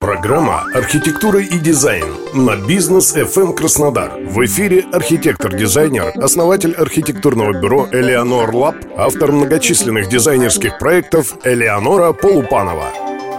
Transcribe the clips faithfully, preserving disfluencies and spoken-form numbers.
Программа «Архитектура и дизайн» на Бизнес эф эм Краснодар. В эфире архитектор-дизайнер, основатель архитектурного бюро «Элеонор Лаб», автор многочисленных дизайнерских проектов Элеонора Полупанова.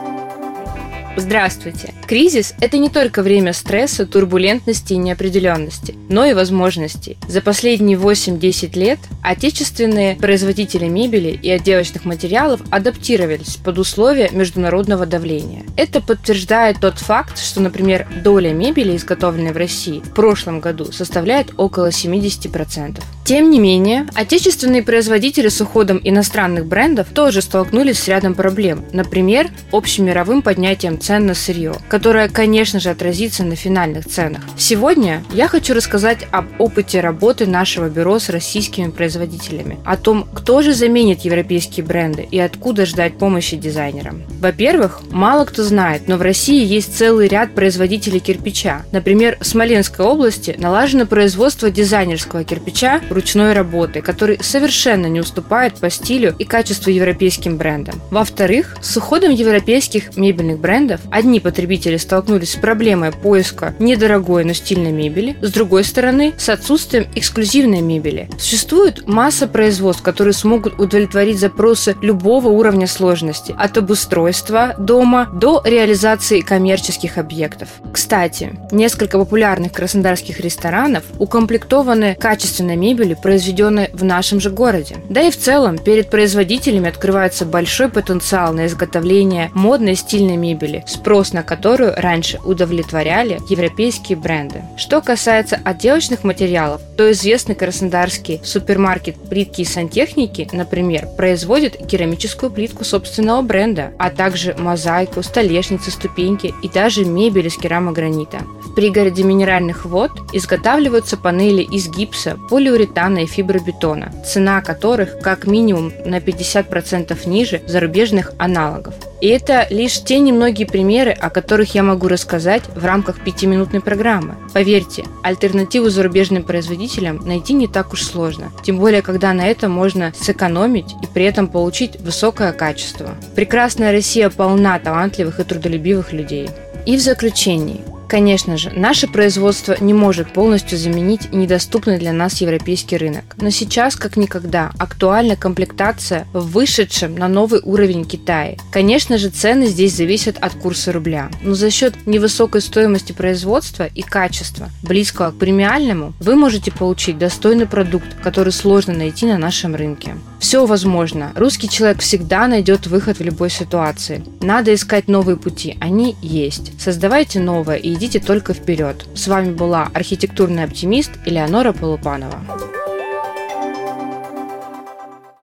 Здравствуйте! Кризис – это не только время стресса, турбулентности и неопределенности, но и возможностей. За последние восемь-десять лет отечественные производители мебели и отделочных материалов адаптировались под условия международного давления. Это подтверждает тот факт, что, например, доля мебели, изготовленной в России, в прошлом году составляет около семьдесят процентов. Тем не менее, отечественные производители с уходом иностранных брендов тоже столкнулись с рядом проблем, например, общемировым поднятием цен на сырье, которое, конечно же, отразится на финальных ценах. Сегодня я хочу рассказать об опыте работы нашего бюро с российскими производителями, о том, кто же заменит европейские бренды и откуда ждать помощи дизайнерам. Во-первых, мало кто знает, но в России есть целый ряд производителей кирпича. Например, в Смоленской области налажено производство дизайнерского кирпича ручной работы, который совершенно не уступает по стилю и качеству европейским брендам. Во-вторых, с уходом европейских мебельных брендов одни потребители столкнулись с проблемой поиска недорогой, но стильной мебели, с другой стороны, с отсутствием эксклюзивной мебели. Существует масса производств, которые смогут удовлетворить запросы любого уровня сложности, от обустройства дома до реализации коммерческих объектов. Кстати, несколько популярных краснодарских ресторанов укомплектованы качественной мебелью, произведенной в нашем же городе. Да и в целом, перед производителями открывается большой потенциал на изготовление модной стильной мебели, спрос на которую раньше удовлетворяли европейские бренды. Что касается отделочных материалов, то известный краснодарский супермаркет плитки и сантехники, например, производит керамическую плитку собственного бренда, а также мозаику, столешницы, ступеньки и даже мебель из керамогранита. В пригороде Минеральных Вод изготавливаются панели из гипса, полиуретана и фибробетона, цена которых как минимум на пятьдесят процентов ниже зарубежных аналогов. И это лишь те немногие примеры, о которых я могу рассказать в рамках пятиминутной программы. Поверьте, альтернативу зарубежным производителям найти не так уж сложно, тем более, когда на этом можно сэкономить и при этом получить высокое качество. Прекрасная Россия полна талантливых и трудолюбивых людей. И в заключении. Конечно же, наше производство не может полностью заменить недоступный для нас европейский рынок. Но сейчас, как никогда, актуальна комплектация в вышедшем на новый уровень Китае. Конечно же, цены здесь зависят от курса рубля. Но за счет невысокой стоимости производства и качества, близкого к премиальному, вы можете получить достойный продукт, который сложно найти на нашем рынке. Все возможно. Русский человек всегда найдет выход в любой ситуации. Надо искать новые пути. Они есть. Создавайте новое и идите только вперед. С вами была архитектурный оптимист Элеонора Полупанова.